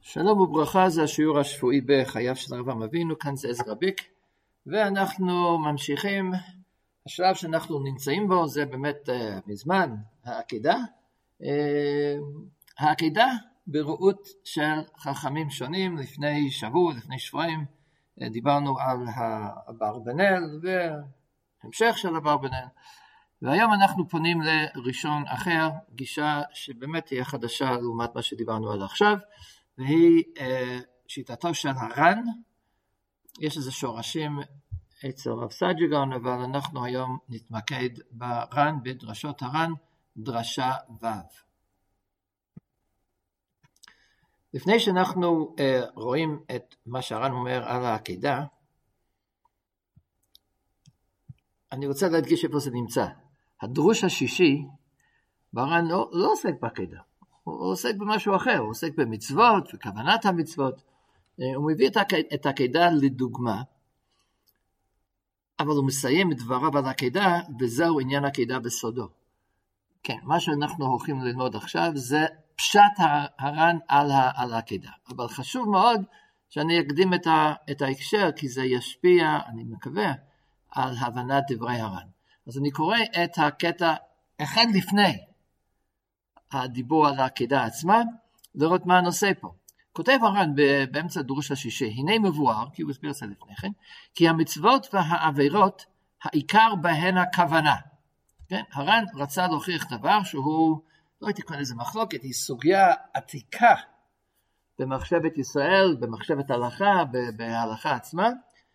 שלום וברכה, זה השיעור השבועי בחייו של אברהם אבינו, כאן זה עזרא ביק, ואנחנו ממשיכים. השלב שאנחנו נמצאים בו זה באמת מזמן העקידה. העקידה בראות של חכמים שונים. לפני שבוע, לפני שבועיים, דיברנו על אברבנאל והמשך של אברבנאל, והיום אנחנו פונים לראשון אחר, גישה שבאמת תהיה חדשה לעומת מה שדיברנו עד עכשיו, והיא שיטתו של הר"ן. יש איזה שורשים אצל רב סעדיגאון, אבל אנחנו היום נתמקד בר"ן, בדרשות הר"ן, דרשה ו'. לפני שאנחנו רואים את מה שהר"ן אומר על העקידה, אני רוצה להדגיש איפה זה נמצא. הדרוש השישי בר"ן לא עוסק בעקידה, הוא עוסק במשהו אחר, הוא עוסק במצוות וכוונת המצוות. הוא מביא את העקידה לדוגמה, אבל הוא מסיים את דבריו על העקידה, וזהו עניין העקידה בסודו. כן, מה שאנחנו הולכים ללמוד עכשיו זה פשט הר"ן על העקידה. אבל חשוב מאוד שאני אקדים את ההקשר, כי זה ישפיע, אני מקווה, על הבנת דברי הר"ן. אז אני קורא את הקטע אחד לפני הדיבור על העקידה עצמה, לראות מה הנושא פה. כותב הר"ן באמצע דרוש השישי, הנה מבואר, כי הוא הסביר את זה לפני כן, כי המצוות והעבירות, העיקר בהן הכוונה. כן? הר"ן רצה להוכיח דבר שהוא, לא הייתי קורא לזה מחלוקת, היא סוגיה עתיקה במחשבת ישראל, במחשבת הלכה, בהלכה עצמה.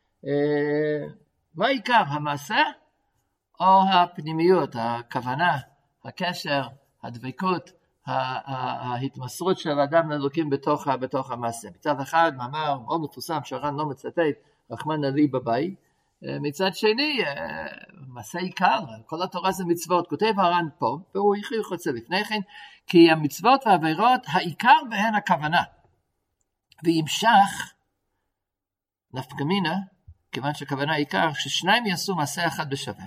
מה העיקר, המעשה או הפנימיות, הכוונה, הקשר, הדבקות, ההתמסרות של האדם לאלוקים בתוך המעשה. מצד אחד, מאמר מאוד מפורסם שהר"ן לא מצטט, רחמנא לי בבית. מצד שני, מעשה עיקר, כל התורה זה מצוות. כותב הר"ן פה, והוא הכריח את זה לפני כן, כי המצוות והעבירות, העיקר בהן הכוונה. וימשך, נפקא מינה, כיוון שהכוונה העיקר, ששניים יעשו מעשה אחד בשווה.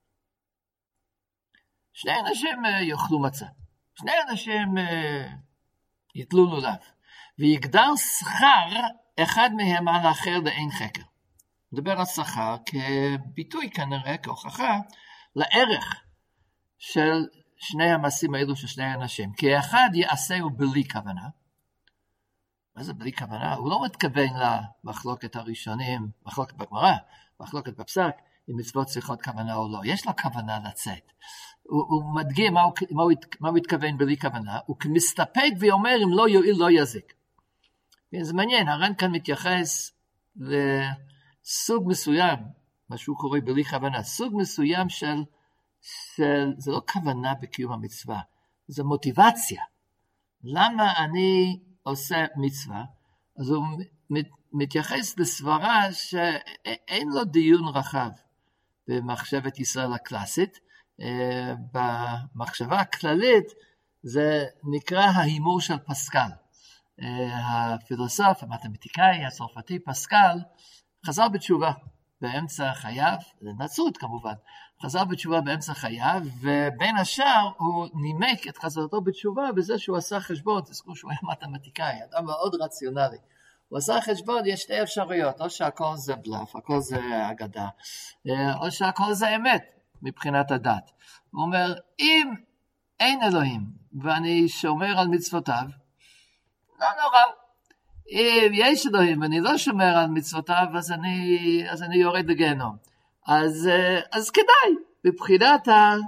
שני אנשים יאכלו מצה. שני אנשים יתלו לולב, ויגדל שכר אחד מהם על האחר לאין חקר. מדבר על שכר כביטוי כנראה, כהוכחה, לערך של שני המעשים האלו של שני אנשים. כי האחד יעשהו בלי כוונה. מה זה בלי כוונה? הוא לא מתכוון למחלוקת הראשונים, מחלוקת בגמרא, מחלוקת בפסק, אם מצוות צריכות כוונה או לא. יש לו כוונה לצאת. הוא מדגים מה הוא התכוון בלי כוונה, הוא מסתפק ואומר אם לא יועיל לא יזיק. זה מעניין, הר"ן כאן מתייחס לסוג מסוים, מה שהוא קורא בלי כוונה, סוג מסוים של זה לא כוונה בקיום המצווה, זה מוטיבציה. למה אני עושה מצווה? אז הוא מתייחס לסברה שאין לו דיון רחב במחשבת ישראל הקלאסית. במחשבה הכללית זה נקרא ההימור של פסקל. הפילוסוף, המתמטיקאי הצרפתי פסקל חזר בתשובה באמצע חייו, לנצרות כמובן, חזר בתשובה באמצע חייו, ובין השאר הוא נימק את חזרתו בתשובה בזה שהוא עשה חשבון. תזכרו שהוא היה מתמטיקאי, אדם מאוד רציונלי. הוא עשה חשבון, יש שתי אפשרויות, או שהכל זה בלף, הכל זה אגדה, או שהכל זה אמת מבחינת הדת. הוא אומר, אם אין אלוהים ואני שומר על מצוותיו, לא נורא. אם יש אלוהים ואני לא שומר על מצוותיו, אז אני יורד לגיהנום. אז כדאי, מבחינת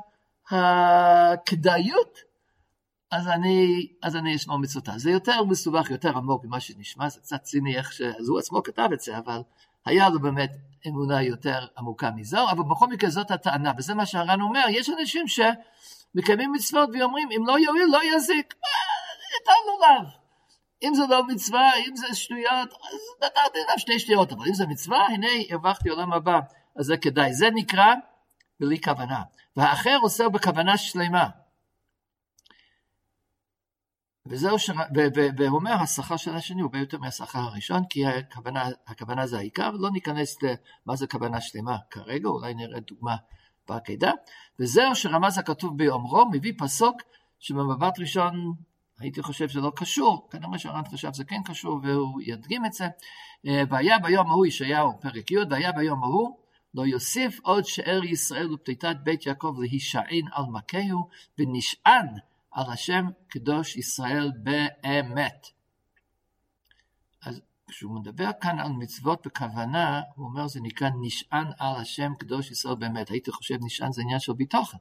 הכדאיות, אז אני אשמור מצוותיו. זה יותר מסובך, יותר עמוק ממה שנשמע, זה קצת ציני איך שהוא עצמו כתב את זה, אבל היה לו באמת אמונה יותר עמוקה מזו, אבל בכל מקרה זאת הטענה, וזה מה שהר"ן אומר. יש אנשים שמקיימים מצוות ואומרים, אם לא יועיל לא יזיק, נתנו לב. אם זה לא מצווה, אם זה שטויות, אז נתתי לב שתי שטויות, אבל אם זה מצווה, הנה הרווחתי עולם הבא, אז זה כדאי. זה נקרא בלי כוונה, והאחר עושה בכוונה שלמה. וזהו והוא אומר, השכר של השני הוא ביותר מהשכר הראשון, כי הכוונה זה העיקר, לא ניכנס למה זה כוונה שלמה כרגע, אולי נראה דוגמה בעקידה. וזהו שרמז הכתוב באומרו, מביא פסוק שבמבט ראשון הייתי חושב שזה לא קשור, כנראה שהר"ן חשב זה כן קשור, והוא ידגים את זה. והיה ביום ההוא, ישעיהו, פרק י', והיה ביום ההוא, לא יוסיף עוד שאר ישראל ופתיתת בית יעקב להישען על מכהו, ונשען על השם קדוש ישראל באמת. אז כשהוא מדבר כאן על מצוות בכוונה, הוא אומר זה נקרא נשען על השם קדוש ישראל באמת. הייתי חושב נשען זה עניין של ביטוחן.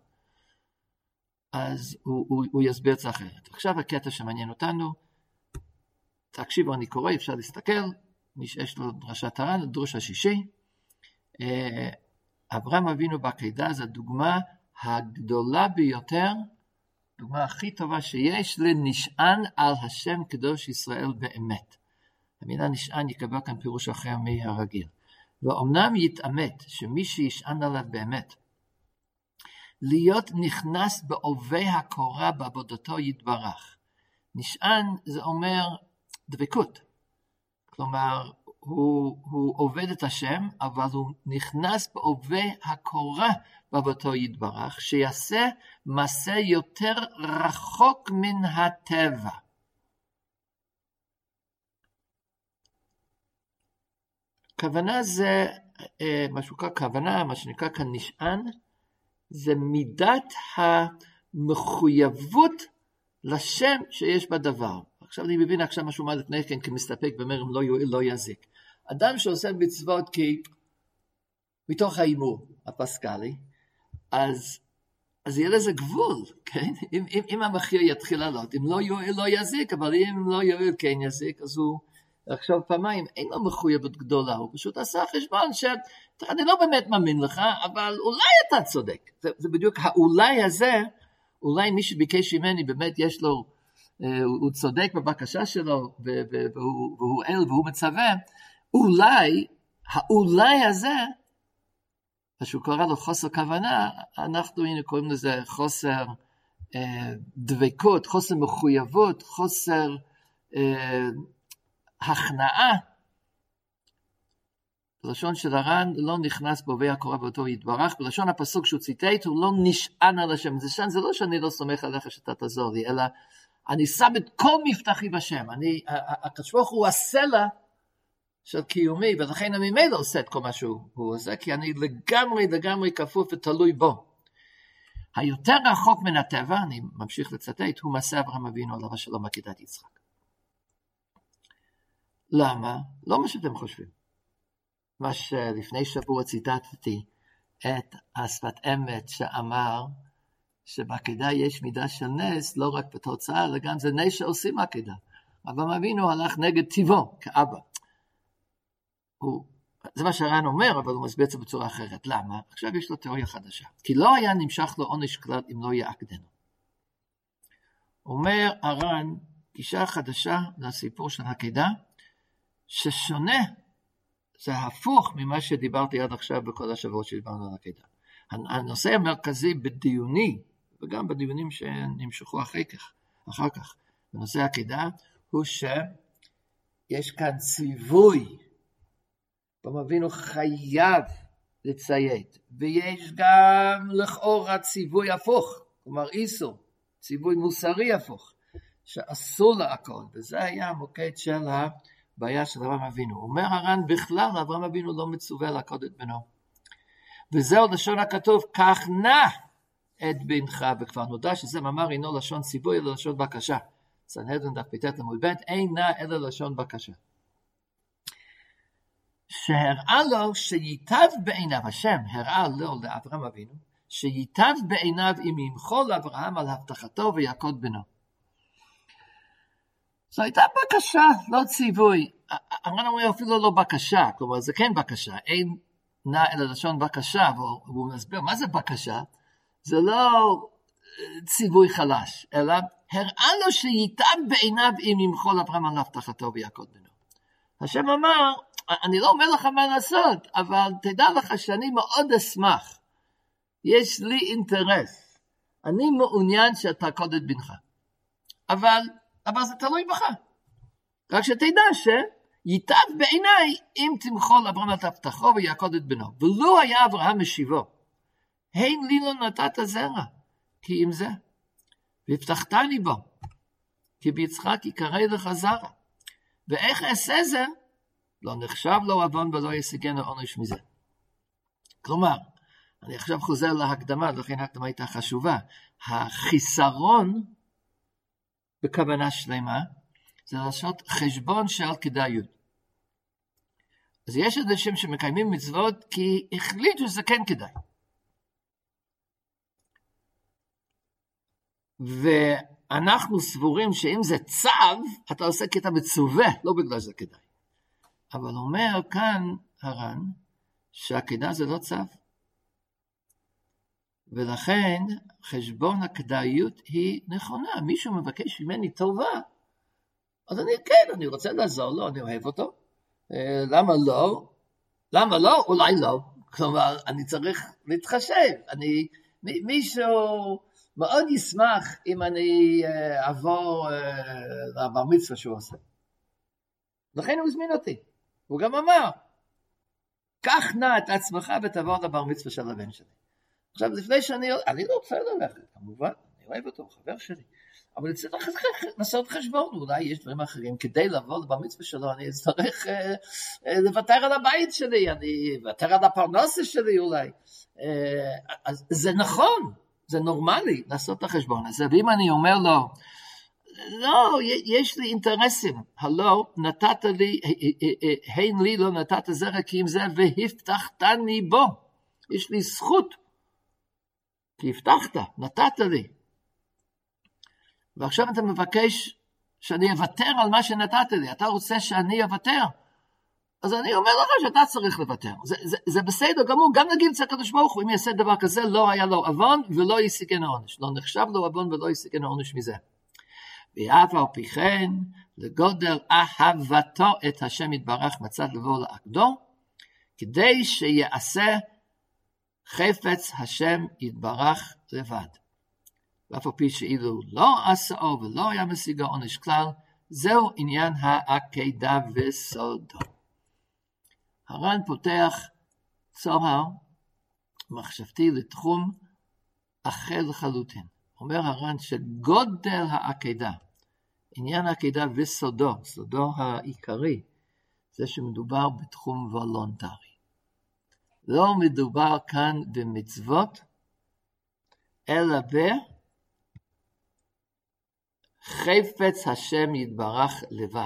אז הוא יסביר את זה אחרת. עכשיו הקטע שמעניין אותנו, תקשיבו, אני קורא, אפשר להסתכל, מי שיש לו דרשת הר"ן, דרוש השישי, אברהם אבינו בעקדה זה הדוגמה הגדולה ביותר, הדוגמה הכי טובה שיש לנשען על השם קדוש ישראל באמת. המילה נשען יקבל כאן פירוש אחר מהרגיל. ואומנם יתאמת שמי שישען עליו באמת, להיות נכנס בעובי הקורה בעבודתו יתברך. נשען זה אומר דבקות. כלומר, הוא עובד את השם, אבל הוא נכנס בעובי הקורה בעבודתו יתברך, שיעשה מעשה יותר רחוק מן הטבע. כוונה זה, מה שנקרא כאן נשען, זה מידת המחויבות לשם שיש בדבר. עכשיו אני מבין עכשיו משהו מה לפני כן, כמסתפק במרם לא יועיל לא יזיק. אדם שעושה מצוות כי מתוך האימור הפסקלי, אז יהיה לזה גבול, כן? אם המחיר יתחיל לעלות, אם לא יועיל לא יזיק, אבל אם לא יועיל כן יזיק, אז הוא עכשיו פעמיים, אין לו מחויבות גדולה, הוא פשוט עשה חשבון שאני לא באמת מאמין לך, אבל אולי אתה צודק. זה בדיוק האולי הזה, אולי מי שביקש ממני באמת יש לו, הוא צודק בבקשה שלו, והוא אל והוא מצווה, אולי, האולי הזה, שהוא קורא לו חוסר כוונה, אנחנו הנה קוראים לזה חוסר דבקות, חוסר מחויבות, חוסר הכנעה. בלשון של הר"ן לא נכנס בעובי הקורה באותו יתברך, בלשון הפסוק שהוא ציטט הוא לא נשען על השם, זה לא שאני לא סומך עליך שאתה תעזור לי, אלא אני שם את כל מבטחי בשם, הקדוש ברוך הוא הסלע של קיומי, ולכן אני ממילא עושה את כל מה שהוא עושה, כי אני לגמרי כפוף ותלוי בו. היותר רחוק מן הטבע, אני ממשיך לצטט, הוא מעשה אברהם אבינו עליו השלום עקדת יצחק. למה? לא מה שאתם חושבים. מה שלפני שבוע ציטטתי את השפת אמת שאמר שבעקדה יש מידה של נס, לא רק בתוצאה, אלא גם זה נס שעושים עקדה. אברהם אבינו הלך נגד טבעו, כאבא. זה מה שהר"ן אומר, אבל הוא מסביר את זה בצורה אחרת. למה? עכשיו יש לו תיאוריה חדשה. כי לא היה נמשך לו עונש כלל אם לא יעקדנו. אומר הר"ן, גישה חדשה לסיפור של עקדה, ששונה, זה הפוך ממה שדיברתי עד עכשיו בכל השבועות שדיברנו על עקדה. הנושא המרכזי בדיוני, וגם בדיונים שנמשכו אחר כך, בנושא עקדה, הוא שיש כאן ציווי, אבינו חייב לציית, ויש גם לכאורה ציווי הפוך, כלומר איסור, ציווי מוסרי הפוך, שאסור לעקוד, וזה היה המוקד של הבעיה של אברהם אבינו. אומר הר"ן בכלל, אברהם אבינו לא מצווה לעקוד את בנו. וזהו לשון הכתוב, כך נא את בנך, וכבר נודע שזה מאמר אינו לשון ציווי, אלא לשון בקשה. סנהדרין דף פ"ט עמוד ב', אין נא אלא לשון בקשה. שהראה לו שייטב בעיניו, השם הראה לו לאברהם אבינו, שייטב בעיניו אם ימחול לאברהם על הבטחתו ויעקוד בנו. זו הייתה בקשה, לא ציווי. הר"ן אומר אפילו לא בקשה, כלומר זה כן בקשה, אין נא אלא לשון בקשה, והוא מסביר מה זה בקשה, זה לא ציווי חלש, אלא הראה לו שייטב בעיניו אם ימחול לאברהם על הבטחתו ויעקוד בנו. השם אמר, אני לא אומר לך מה לעשות, אבל תדע לך שאני מאוד אשמח. יש לי אינטרס. אני מעוניין שאתה עקוד את בנך. אבל זה תלוי בך. רק שתדע שייטב בעיניי אם תמחול אברהם על הבטחתו ויעקוד את בנו. ולו היה אברהם משיבו. הן לי לא נתת זרע, כי אם זה. והבטחתני בו. כי ביצחק יקרא לך זרע. ואיך אעשה זה? לא נחשב לו עוון ולא ישיגנו עונש מזה. כלומר, אני עכשיו חוזר להקדמה, לכן ההקדמה הייתה חשובה. החיסרון בכוונה שלמה, זה לעשות חשבון של כדאיות. אז יש אנשים שמקיימים מצוות כי החליטו שזה כן כדאי. ואנחנו סבורים שאם זה צו, אתה עושה כי אתה מצווה, לא בגלל שזה כדאי. אבל אומר כאן הר"ן, שהכדאי זה לא צו. ולכן חשבון הכדאיות היא נכונה. מישהו מבקש ממני טובה, אז אני רוצה לעזור לו, אני אוהב אותו. למה לא? למה לא? אולי לא. כלומר, אני צריך להתחשב. מישהו מאוד ישמח אם אני אעבור לבר מצווה שהוא עושה. לכן הוא הזמין אותי. הוא גם אמר, קח נא את עצמך ותעבור לבר מצווה של הבן שלי. עכשיו, לפני אני לא רוצה ללכת, כמובן, אני אוהב אותו, חבר שלי. אבל אני צריך לעשות חשבון, אולי יש דברים אחרים, כדי לבוא לבר מצווה שלו, אני אצטרך לוותר על הבית שלי, אני אוותר על הפרנסה שלי אולי. אז זה נכון, זה נורמלי לעשות את החשבון הזה, ואם אני אומר לו, לא, יש לי אינטרסים, הלא, נתת לי, הן לי לא נתת זרע כי אם זה, והבטחתני בו, יש לי זכות, כי הבטחת, נתת לי. ועכשיו אתה מבקש שאני אוותר על מה שנתת לי, אתה רוצה שאני אוותר, אז אני אומר לך שאתה צריך לוותר, זה בסדר גמור, גם נגיד אצל הקדוש ברוך הוא, אם יעשה דבר כזה, לא היה לו עוון ולא ישיגנו עונש, לא נחשב לו עוון ולא ישיגנו עונש מזה. ואף על פי כן, לגודל אהבתו את השם יתברך מצד לבוא לעקדו, כדי שיעשה חפץ השם יתברך לבד. ואף על פי שאילו לא עשאו ולא היה משיגו עונש כלל, זהו עניין העקדה וסודו. הר"ן פותח צוהר מחשבתי לתחום אחר לחלוטין. אומר הר"ן שגודל העקדה, עניין העקדה וסודו, סודו העיקרי, זה שמדובר בתחום וולונטרי. לא מדובר כאן במצוות, אלא בחפץ השם יתברך לבד.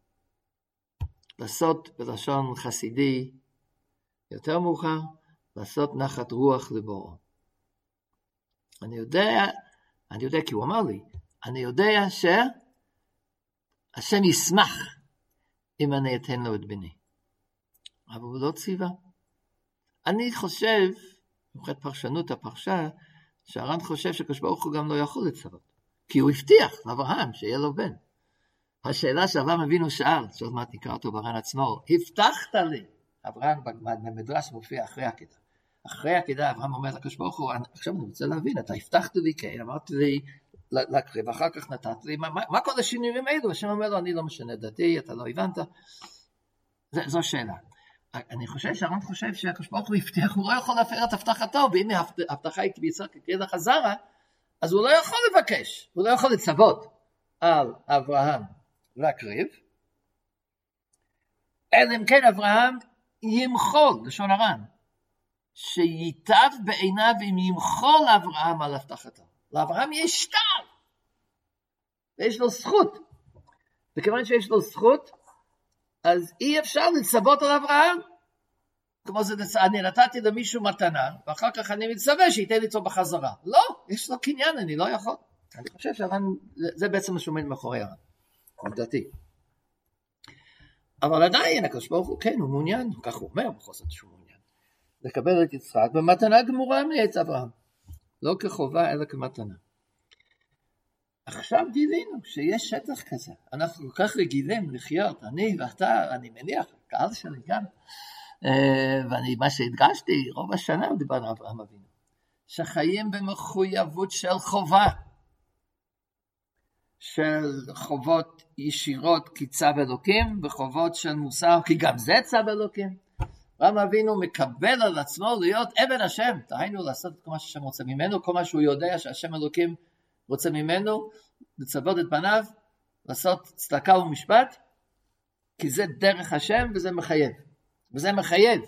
לעשות בלשון חסידי יותר מאוחר, לעשות נחת רוח לבוראו. אני יודע כי הוא אמר לי, אני יודע שהשם ישמח אם אני אתן לו את בני. אבל הוא לא ציווה. אני חושב, מבחינת פרשנות הפרשה, שהר"ן חושב שקדוש ברוך הוא גם לא יכול לצוות. כי הוא הבטיח לאברהם שיהיה לו בן. השאלה שאברהם אבינו שאל, שעוד מעט נקרא אותו בר"ן עצמו, הבטחת לי. אברהם במדרש מופיע אחרי העקדה. אחרי העקדה אברהם אומר לקדוש ברוך הוא, עכשיו אני רוצה להבין, אתה הבטחת לי, כן, אמרת לי להקריב, אחר כך נתת לי, מה כל השינויים האלו? השם אומר לו, אני לא משנה דתי, אתה לא הבנת. זו שאלה. אני חושב שהר"ן חושב שהקדוש ברוך הוא הבטיח, הוא לא יכול להפר את הבטחתו, ואם ההבטחה היא ביצחק יקרא לך זרע, אז הוא לא יכול לבקש, הוא לא יכול לצוות על אברהם להקריב, אלא אם כן אברהם ימחול, לשון הר"ן, שייטב בעיניו אם ימחול אברהם על הבטחתו. לאברהם יש טעם, ויש לו זכות. וכיוון שיש לו זכות, אז אי אפשר לצוות על אברהם. כמו זה, אני נתתי למישהו מתנה, ואחר כך אני מצווה שייתן לי אותו בחזרה. לא, יש לו קניין, אני לא יכול. אני חושב שזה בעצם מה שעומד מאחורי הר"ן. עובדתי. אבל עדיין, הקדוש ברוך הוא, כן, הוא מעוניין, כך הוא אומר, בכל זאת שהוא מעוניין, לקבל את יצחק במתנה גמורה מעץ אברהם. לא כחובה, אלא כמתנה. עכשיו גילינו שיש שטח כזה. אנחנו כל כך רגילים לחיות, אני ואתה, אני מניח, קהל שלי גם, מה שהדגשתי, רוב השנה דיברנו על אברהם אבינו, שחיים במחויבות של חובה, של חובות ישירות כי צו אלוקים, וחובות של מוסר כי גם זה צו אלוקים. אברהם אבינו מקבל על עצמו להיות עבד השם, דהיינו לעשות את כל מה שהשם רוצה ממנו, כל מה שהוא יודע שהשם אלוקים רוצה ממנו, לצוות את בניו, לעשות צדקה ומשפט, כי זה דרך השם וזה מחייב. וזה מחייב.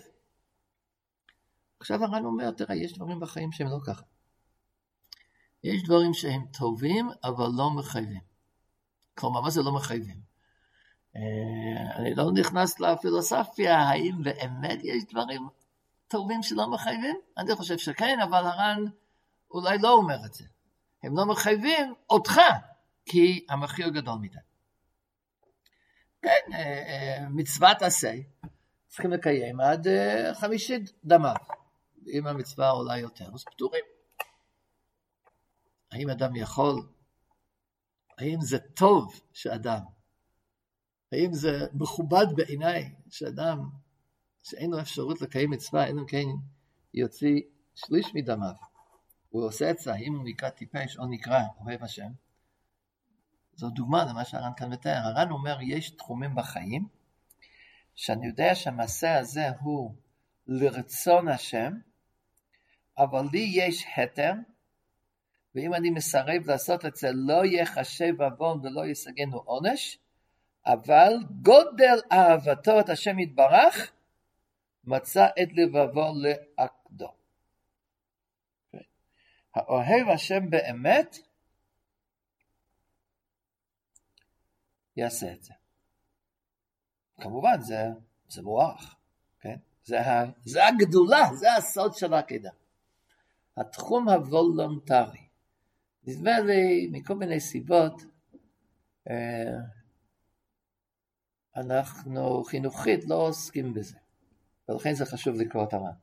עכשיו הר"ן אומר, תראה, יש דברים בחיים שהם לא ככה. יש דברים שהם טובים, אבל לא מחייבים. כלומר, מה זה לא מחייבים? אני לא נכנס לפילוסופיה, האם באמת יש דברים טובים שלא מחייבים? אני חושב שכן, אבל הר"ן אולי לא אומר את זה. הם לא מחייבים אותך, כי המחיר גדול מדי. כן, מצוות עשה, צריכים לקיים עד 50 דמיו. אם המצווה עולה יותר, אז פטורים. האם אדם יכול? האם זה טוב שאדם? האם זה מכובד בעיניי שאדם שאין לו אפשרות לקיים מצווה, אין לו כן יוציא שליש מדמיו? הוא עושה את זה, האם הוא נקרא טיפש או נקרא אוהב השם? זו דוגמה למה שהר"ן כאן מתאר. הר"ן אומר, יש תחומים בחיים, שאני יודע שהמעשה הזה הוא לרצון השם, אבל לי יש היתר, ואם אני מסרב לעשות את זה, לא יחשב עוון ולא יסגנו עונש, אבל גודל אהבתו את השם יתברך, מצא את לבבו לעקדו. האוהב השם באמת, יעשה את זה. כמובן, זה מוערך, כן? זה הגדולה, זה הסוד של העקדה. התחום הוולונטרי. נדמה לי, מכל מיני סיבות, אנחנו חינוכית לא עוסקים בזה. ולכן זה חשוב לקרוא את הר"ן.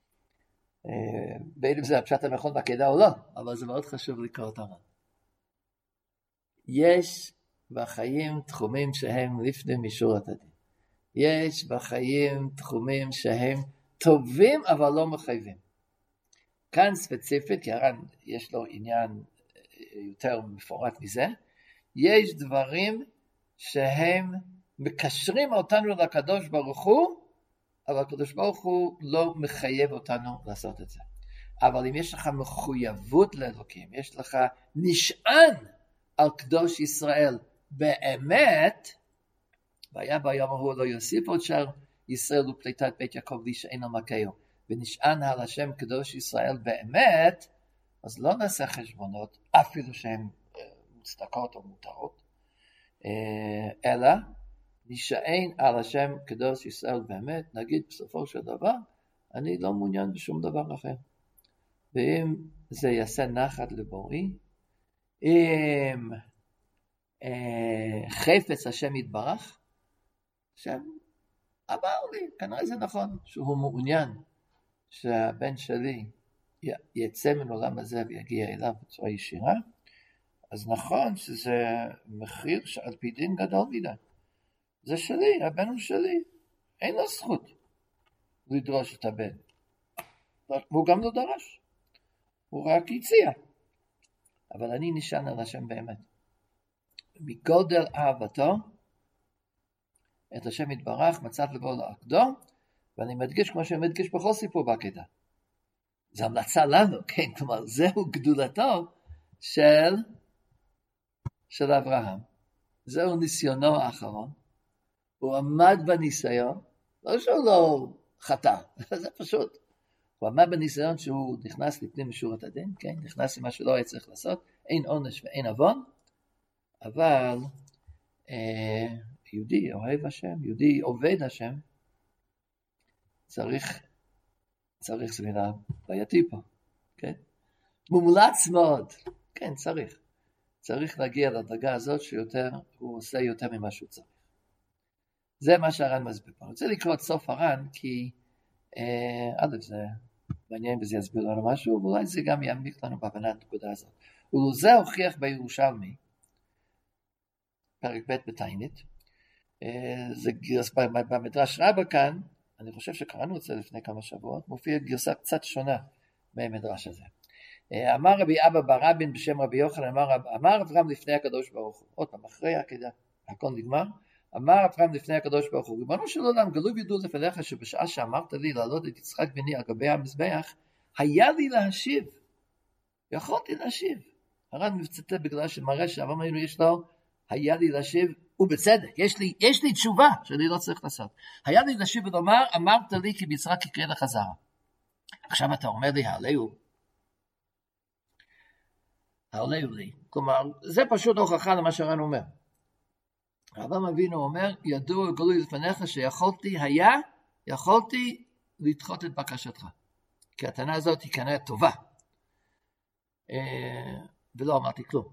בין אם זה הפשט הנכון בעקדה או לא, אבל זה מאוד חשוב לקרוא את הר"ן. יש בחיים תחומים שהם לפני מישורת הדין. יש בחיים תחומים שהם טובים אבל לא מחייבים. כאן ספציפית, כי הר"ן יש לו עניין יותר מפורט מזה, יש דברים שהם מקשרים אותנו לקדוש ברוך הוא, אבל הקדוש ברוך הוא לא מחייב אותנו לעשות את זה. אבל אם יש לך מחויבות לאלוקים, יש לך נשען על קדוש ישראל באמת, והיה ביום ההוא לא יוסיף עוד שר ישראל ופליטת בית יעקב להישען על מכהו, ונשען על השם קדוש ישראל באמת, אז לא נעשה חשבונות, אפילו שהן מוצדקות או מותרות, אלא נשען על השם קדוש ישראל באמת, נגיד בסופו של דבר, אני לא מעוניין בשום דבר אחר. ואם זה יעשה נחת לבוראי, אם חפץ השם יתברך, השם אמר לי, כנראה זה נכון, שהוא מעוניין שהבן שלי יצא מן עולם הזה ויגיע אליו בצורה ישירה, אז נכון שזה מחיר שעל פי דין גדול מדי. זה שלי, הבן הוא שלי, אין לו זכות לדרוש את הבן. והוא גם לא דרש, הוא רק הציע. אבל אני נשען על השם באמת. מגודל אהבתו, את השם יתברך, מצאת לבוא לעקדו, ואני מדגיש כמו שאני מדגיש בכל סיפור בעקדה. זה המלצה לנו, כן, כלומר, זהו גדולתו של אברהם. זהו ניסיונו האחרון. הוא עמד בניסיון, לא שהוא לא חטא, זה פשוט. הוא עמד בניסיון שהוא נכנס לפנים משורת הדין, כן, נכנס למה שלא היה צריך לעשות, אין עונש ואין עוון, אבל יהודי אוהב השם, יהודי עובד השם, צריך זה מילה בעייתי פה, כן? מומלץ מאוד, כן, צריך להגיע לדרגה הזאת שיותר, הוא עושה יותר ממה שהוא צריך. זה מה שהר"ן מסביר פה. אני רוצה לקרוא את סוף הר"ן, כי זה מעניין וזה יסביר לנו משהו, ואולי זה גם יעמיק לנו בהבנת הנקודה הזאת. ולזה הוכיח בירושלמי, פרק ב' בתענית, במדרש רבה כאן, אני חושב שקראנו את זה לפני כמה שבועות, מופיע גרסה קצת שונה מהמדרש הזה. אמר רבי אבא ברבין בשם רבי יוחנן, אמר אברהם לפני הקדוש ברוך הוא, עוד פעם, אחרי העקדה, הכל נגמר, אמר אברהם לפני הקדוש ברוך הוא, ריבונו של עולם, גלוי וידעו לפניך שבשעה שאמרת לי לעלות את יצחק בני על גבי המזבח, היה לי להשיב, יכולתי להשיב. הר"ן מצטט בגלל שמראה שאברהם אבינו יש לו היה לי להשיב, ובצדק, יש לי תשובה שאני לא צריך לעשות. היה לי להשיב ולומר, אמרת לי כי ביצחק יקרה לחזרה. עכשיו אתה אומר לי, העלהו לי. כלומר, זה פשוט הוכחה למה שהר"ן אומר. אברהם אבינו אומר, ידוע גלוי לפניך יכולתי לדחות את בקשתך. כי הטענה הזאת היא כנראה טובה. ולא אמרתי כלום.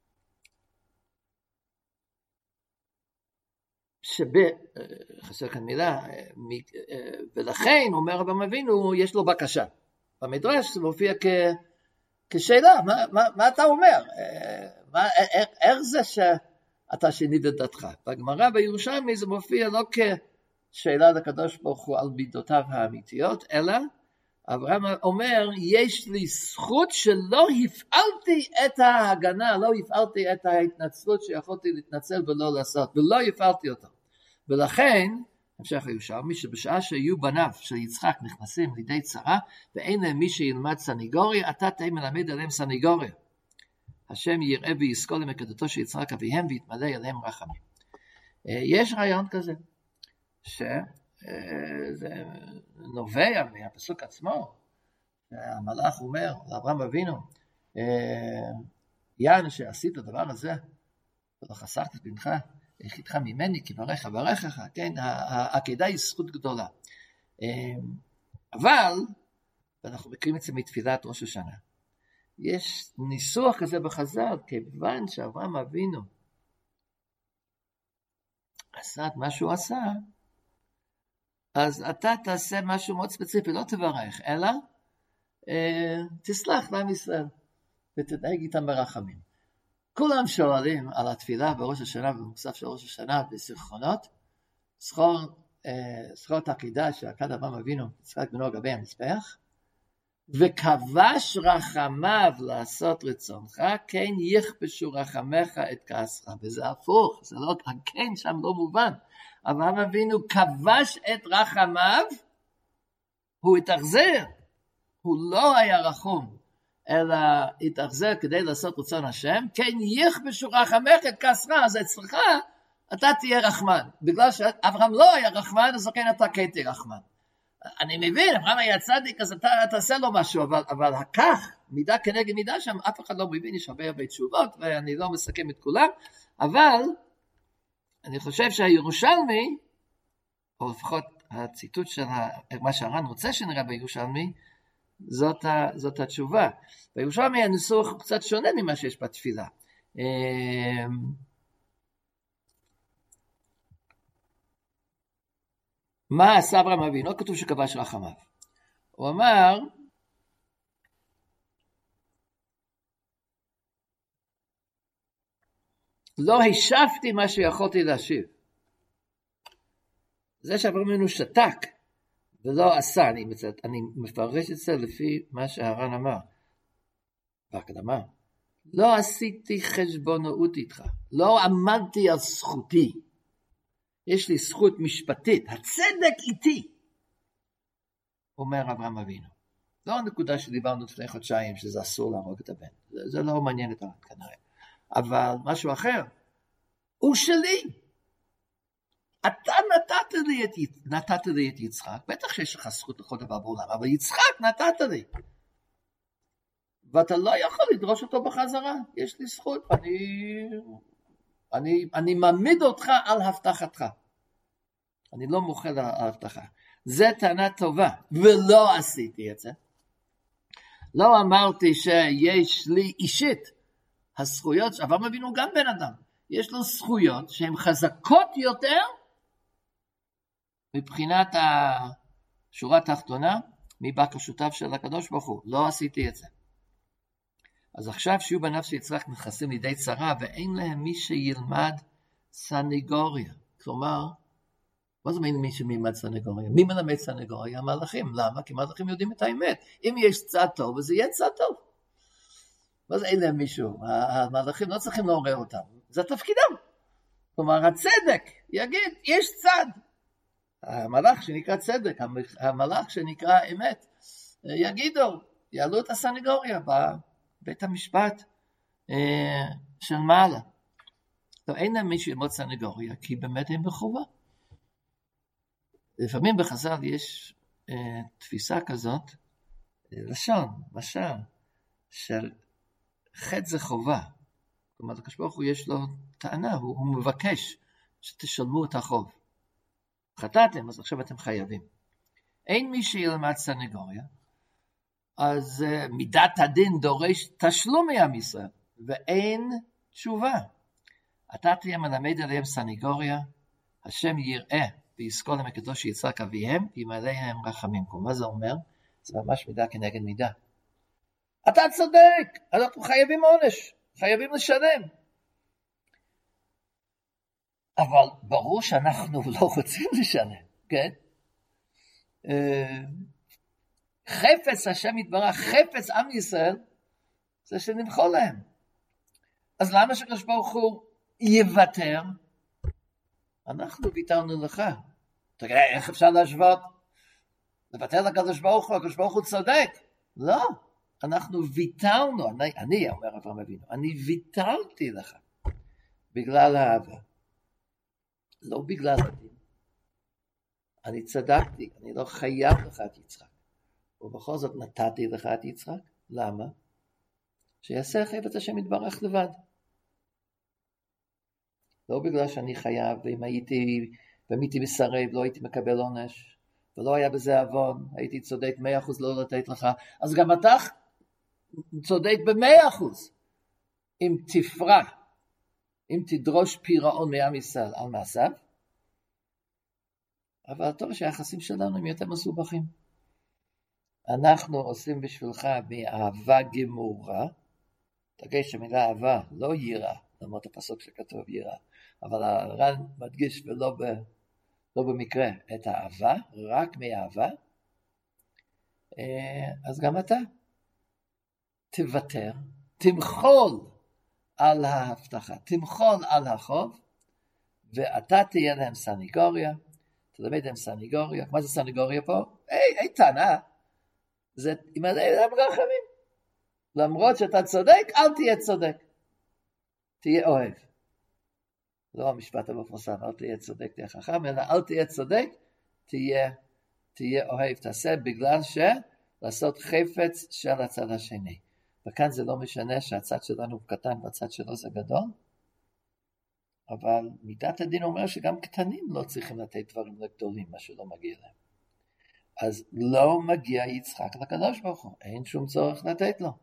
חסר כאן מילה, ולכן אומר אברהם אבינו, יש לו בקשה. במדרש זה מופיע כשאלה, מה אתה אומר? איך זה שאתה שינית את דעתך? בגמרא בירושלמי זה מופיע לא כשאלה לקדוש ברוך הוא על מידותיו האמיתיות, אלא אברהם אומר, יש לי זכות שלא הפעלתי את ההגנה, לא הפעלתי את ההתנצלות שיכולתי להתנצל ולא לעשות, ולא הפעלתי אותה. ולכן, המשך הירושלמי, שבשעה שיהיו בניו של יצחק נכנסים לידי צרה, ואין להם מי שילמד סניגוריה, אתה תהיה מלמד עליהם סניגוריה. השם יראה ויזכור למקדתו של יצחק אביהם, ויתמלא עליהם רחמים. יש רעיון כזה, שזה נובע מהפסוק עצמו, המלאך אומר לאברהם אבינו, יען שעשית הדבר הזה, ולא חסכת את בנך, יחידך ממני כי ברכך, כן, העקידה היא זכות גדולה. אבל, ואנחנו מכירים את זה מתפילת ראש השנה, יש ניסוח כזה בחז"ל, כיוון שאברהם אבינו עשה את מה שהוא עשה, אז אתה תעשה משהו מאוד ספציפי, לא תברך, אלא תסלח לעם ישראל, ותדאג איתם ברחמים. כולם שואלים על התפילה בראש השנה ובמוסף של ראש השנה בסרחונות, זכות עקידה שעקד אברהם אבינו, יצחק בנו על גבי המזבח, וכבש רחמיו לעשות רצונך, כן יכבשו רחמך את כעסך, וזה הפוך, זה לא, כן שם לא מובן, אברהם אבינו כבש את רחמיו, הוא התאכזר, הוא לא היה רחום, אלא התאכזר כדי לעשות רצון השם, כן יכבשו רחמך את כעסך, אז אצלך אתה תהיה רחמן, בגלל שאברהם לא היה רחמן, אז לכן אתה כן תהיה רחמן. אני מבין, אברהם היה צדיק, אז אתה תעשה לו משהו, אבל כך, מידה כנגד מידה שם, אף אחד לא מבין, יש הרבה תשובות, ואני לא מסכם את כולם, אבל אני חושב שהירושלמי, או לפחות הציטוט של מה שהר"ן רוצה שנראה בירושלמי, זאת התשובה. בירושלמי הניסוח קצת שונה ממה שיש בתפילה. מה עשה אברהם אבינו? לא כתוב שכבש רחמיו. הוא אמר, לא השבתי מה שיכולתי להשיב. זה שאברהם אבינו שתק ולא עשה, אני מפרש את זה לפי מה שהר"ן אמר בהקדמה. לא עשיתי חשבונאות איתך, לא עמדתי על זכותי. יש לי זכות משפטית, הצדק איתי, אומר אברהם אבינו. לא הנקודה שדיברנו לפני חודשיים, שזה אסור להרוג את הבן. זה לא מעניין את הר"ן כנראה. אבל משהו אחר, הוא שלי. אתה נתת לי את יצחק, בטח שיש לך זכות לכל דבר בעולם, אבל יצחק נתת לי. ואתה לא יכול לדרוש אותו בחזרה, יש לי זכות, אני מעמיד אותך על הבטחתך. אני לא מוחה על ההבטחה. זה טענה טובה, ולא עשיתי את זה. לא אמרתי שיש לי אישית הזכויות, אבל מבינו גם בן אדם. יש לו זכויות שהן חזקות יותר, מבחינת השורה התחתונה, מבקשותיו של הקדוש ברוך הוא. לא עשיתי את זה. אז עכשיו שיהיו בניו של יצחק נכנסים לידי צרה, ואין להם מי שילמד סניגוריה. כלומר, מה זה מי שמלמד סניגוריה? מי מלמד סניגוריה? המלאכים. למה? כי המלאכים יודעים את האמת. אם יש צד טוב, אז יהיה צד טוב. מה זה אין להם מישהו? המלאכים לא צריכים לעורר אותם. זה תפקידם. כלומר, הצדק יגיד, יש צד. המלאך שנקרא צדק, המלאך שנקרא אמת, יגידו, יעלו את הסניגוריה בבית המשפט של מעלה. לא, אין להם מישהו ללמוד סנגוריה, כי באמת הם בחובה. לפעמים בחז"ל יש תפיסה כזאת, לשון, משל, של חטא זה חובה. כלומר, הקדוש ברוך הוא יש לו טענה, הוא מבקש שתשלמו את החוב. חטאתם, אז עכשיו אתם חייבים. אין מי שילמד סנגוריה, אז מידת הדין דורש תשלום מעם ישראל, ואין תשובה. אתה תהיה מלמד עליהם סנגוריה, השם יראה ויזכור להם הקדוש שיצחק אביהם, וימלא להם רחמים. מה זה אומר? זה ממש מידה כנגד מידה. אתה צודק, אנחנו חייבים עונש, חייבים לשלם. אבל ברור שאנחנו לא רוצים לשלם, כן? חפץ השם יתברך, חפץ עם ישראל, זה שנמחול להם. אז למה שהקדוש ברוך הוא יוותר? אנחנו ויתרנו לך. תגיד, איך אפשר להשוות? לוותר לקדוש ברוך הוא, הקדוש ברוך הוא צודק. לא, אנחנו ויתרנו, אני אומר אברהם אבינו, אני ויתרתי לך, בגלל האהבה. לא בגלל הדין. אני צדקתי, אני לא חייב לך את יצחק. ובכל זאת נתתי לך את יצחק. למה? שיעשה חפץ השם יתברך לבד. לא בגלל שאני חייב, ואם הייתי מסרב, לא הייתי מקבל עונש, ולא היה בזה עוון, הייתי צודק 100% לא לתת לך, אז גם אתה צודק ב100%. אם תפרע, אם תדרוש פירעון מעם ישראל על מעשיו, אבל טוב שהיחסים שלנו הם יותר מסובכים. אנחנו עושים בשבילך מאהבה גמורה, תגיד שמילה אהבה לא יראה, למרות הפסוק שכתוב יראה, אבל הר"ן מדגיש ולא במקרה את האהבה, רק מאהבה, אז גם אתה תוותר, תמחול על ההבטחה, תמחול על החוב, ואתה תהיה להם סניגוריה, תלמד להם סניגוריה. מה זה סניגוריה פה? טענה, זה ימלא להם רחמים. למרות שאתה צודק, אל תהיה צודק, תהיה אוהב. לא המשפט המפורסם, אל תהיה צודק, תהיה חכם, אלא אל תהיה צודק, תהיה אוהב, תעשה בגלל לעשות חפץ של הצד השני. וכאן זה לא משנה שהצד שלנו הוא קטן והצד שלו זה גדול, אבל מידת הדין אומר שגם קטנים לא צריכים לתת דברים לגדולים, מה שלא מגיע להם. אז לא מגיע יצחק לקדוש ברוך הוא, אין שום צורך לתת לו.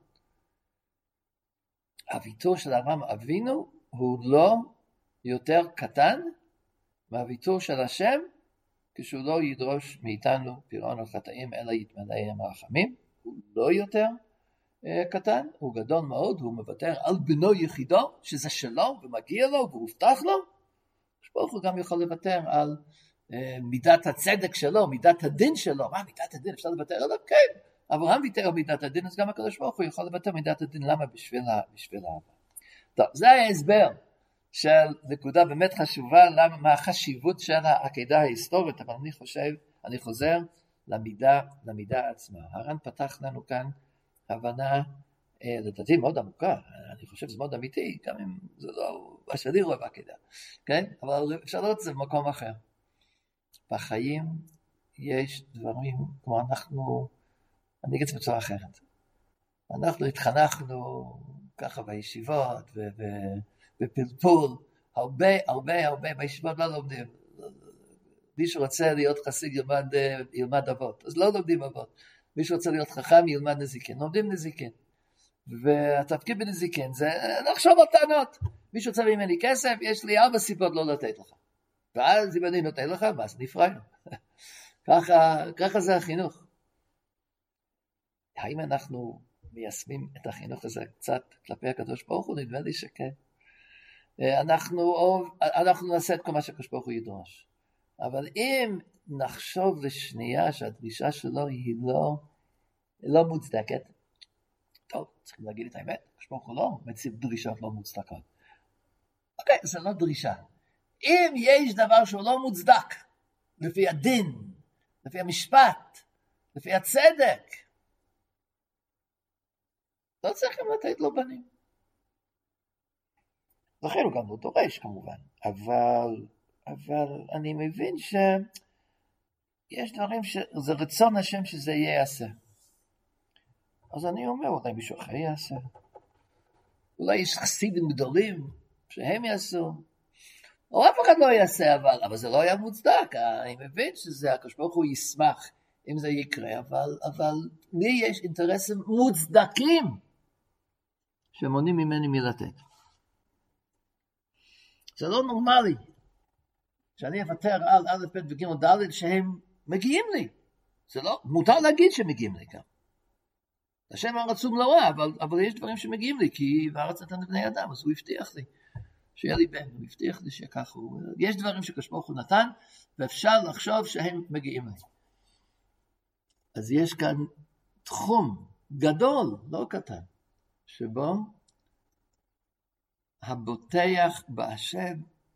הוויתור של אברהם אבינו הוא לא יותר קטן מהוויתור של השם, כשהוא לא ידרוש מאיתנו פירעון על חטאים, אלא יתמלא להם רחמים. הוא לא יותר קטן, הוא גדול מאוד, הוא מוותר על בנו יחידו, שזה שלו ומגיע לו והובטח לו. ברוך הוא גם יכול לוותר על מידת הצדק שלו, מידת הדין שלו. מה מידת הדין? אפשר לוותר עליו? כן. אברהם ויתר על מידת הדין, אז גם הקדוש ברוך הוא יכול לוותר מידת הדין. למה? בשביל האהבה. טוב, זה ההסבר של נקודה באמת חשובה, מה החשיבות של העקדה ההיסטורית, אבל אני חוזר למידה עצמה. הר"ן פתח לנו כאן הבנה, לדעתי מאוד עמוקה, אני חושב שזה מאוד אמיתי, גם אם זה לא מה שאני רואה בעקדה, כן? אבל אפשר לראות את זה במקום אחר. בחיים יש דברים כמו אני אגיד את זה בצורה אחרת. אנחנו התחנכנו ככה בישיבות בפלפול, הרבה בישיבות לא לומדים. מי שרוצה להיות חסיד ילמד אבות, אז לא לומדים אבות. מי שרוצה להיות חכם ילמד נזיקין, לומדים נזיקין. והתפקיד בנזיקין זה לחשוב על טענות. מי שרוצה ממני כסף, יש לי 4 סיבות לא לתת לך. ואז אם אני נותן לך, אז נפרענו. ככה זה החינוך. האם אנחנו מיישמים את החינוך הזה קצת כלפי הקדוש ברוך הוא? נדמה לי שכן. אנחנו נעשה את כל מה שהקדוש ברוך הוא ידרוש. אבל אם נחשוב לשנייה שהדרישה שלו היא לא מוצדקת, טוב, צריכים להגיד את האמת, הקדוש ברוך הוא לא מציב דרישות לא מוצדקות. אוקיי, זה לא דרישה. אם יש דבר שהוא לא מוצדק, לפי הדין, לפי המשפט, לפי הצדק, לא צריכים לתת לו בנים. לכן הוא גם לא דורש כמובן, אבל אני מבין שיש דברים שזה רצון השם שזה יעשה. אז אני אומר, אולי מישהו אחר יעשה. אולי יש חסידים גדולים שהם יעשו. או אף אחד לא יעשה, אבל זה לא היה מוצדק. אני מבין שזה, הקדוש ברוך הוא ישמח אם זה יקרה, אבל לי יש אינטרסים מוצדקים שמונעים ממני מלתת. זה לא נורמלי שאני אוותר על א' ב' וג' ד' שהם מגיעים לי. זה לא, מותר להגיד שהם מגיעים לי גם. השם הרצום לא רע, אבל יש דברים שמגיעים לי, כי בארץ נתן לבני אדם, אז הוא הבטיח לי שיהיה לי בן, הוא הבטיח לי שכך הוא. יש דברים שהקדוש ברוך הוא נתן, ואפשר לחשוב שהם מגיעים לי. אז יש כאן תחום גדול, לא קטן, שבו הבוטח בהשם,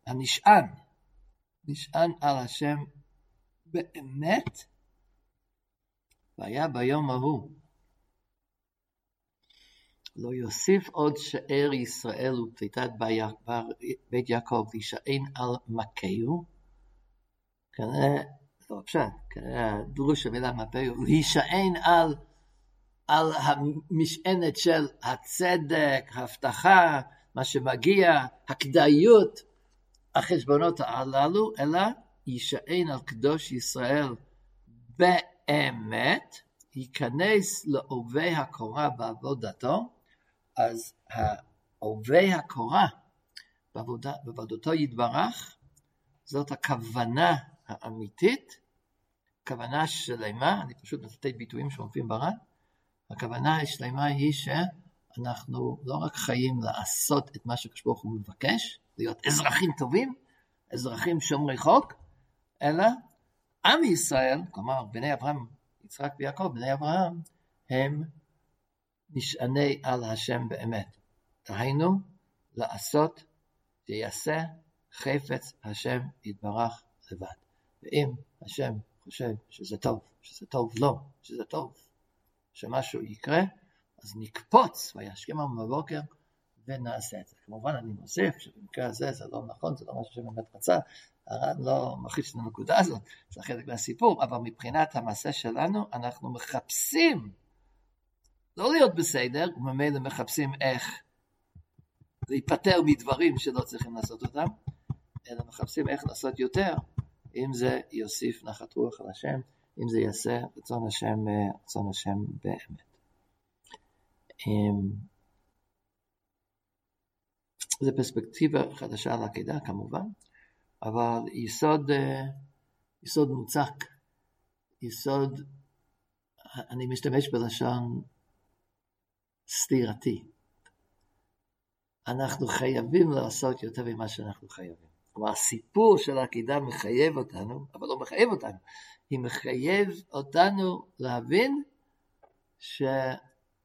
נשען על השם באמת, והיה ביום ההוא, לא יוסיף עוד שאר ישראל ופליטת בית יעקב להישען על מכהו, כנראה, לא פשט, כנראה דרוש המילה מכהו, להישען על המשענת של הצדק, ההבטחה, מה שמגיע, הכדאיות, החשבונות הללו, אלא יישען על קדוש ישראל באמת, ייכנס לעובי הקורה בעבודתו, אז העובי הקורה בעבודתו יתברך, זאת הכוונה האמיתית, הכוונה שלמה, אני פשוט נתתי ביטויים שמופיעים בר"ן, הכוונה השלמה היא שאנחנו לא רק חיים לעשות את מה שהקדוש ברוך הוא מבקש, להיות אזרחים טובים, אזרחים שומרי חוק, אלא עם ישראל, כלומר בני אברהם, יצחק ויעקב, בני אברהם, הם נשעני על השם באמת. דהיינו, לעשות שיעשה חפץ השם יתברך לבד. ואם השם חושב שזה טוב לו, שזה טוב, שמשהו יקרה, אז נקפוץ וישכם בבוקר ונעשה את זה. כמובן אני מוסיף שבמקרה הזה זה לא נכון, זה לא משהו שבאמת רצה, הר"ן לא מכניס את הנקודה הזאת, זה חלק מהסיפור, אבל מבחינת המעשה שלנו, אנחנו מחפשים לא להיות בסדר, וממילא מחפשים איך להיפטר מדברים שלא צריכים לעשות אותם, אלא מחפשים איך לעשות יותר, אם זה יוסיף נחת רוח על השם, אם זה יעשה רצון השם באמת. זו פרספקטיבה חדשה על העקידה כמובן, אבל יסוד מוצק, יסוד, אני משתמש בלשון סתירתי. אנחנו חייבים לעשות יותר ממה שאנחנו חייבים. כלומר, הסיפור של העקידה מחייב אותנו, אבל לא מחייב אותנו, היא מחייב אותנו להבין שנשען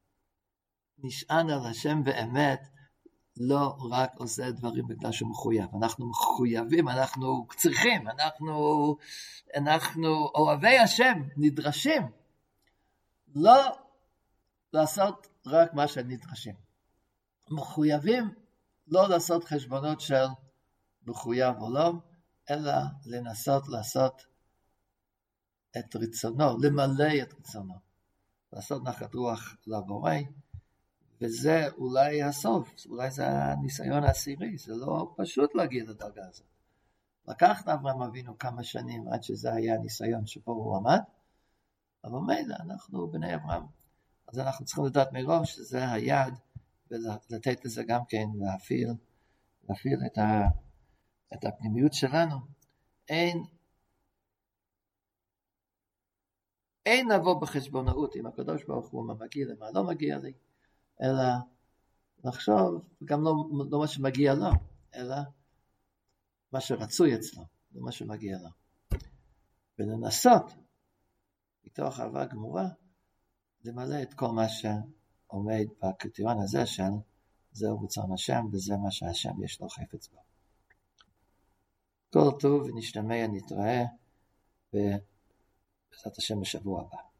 על השם באמת, לא רק עושה דברים בגלל שהוא מחויב. אנחנו מחויבים, אנחנו צריכים, אנחנו אוהבי השם, נדרשים, לא לעשות רק מה שנדרשים. מחויבים לא לעשות חשבונות של מחויב או לא, אלא לנסות לעשות את רצונו, למלא את רצונו, לעשות נחת רוח לבורא, וזה אולי הסוף, אולי זה הניסיון העשירי, זה לא פשוט להגיע לדרגה הזאת. לקח לאברהם אבינו כמה שנים עד שזה היה הניסיון שבו הוא עמד, אבל מילא אנחנו בני אברהם, אז אנחנו צריכים לדעת מראש שזה היעד, ולתת לזה גם כן להפעיל את הפנימיות שלנו. אין לבוא בחשבונאות עם הקדוש ברוך הוא מה מגיע למה לא מגיע לי, אלא לחשוב גם לא מה שמגיע לו, אלא מה שרצוי אצלו, לא מה שמגיע לו. ולנסות מתוך אהבה גמורה למלא את כל מה שעומד בקריטריון הזה של זהו רצון השם וזה מה שהשם יש לו חפץ בו. כל טוב ונשתמע, נתראה בעזרת השם בשבוע הבא.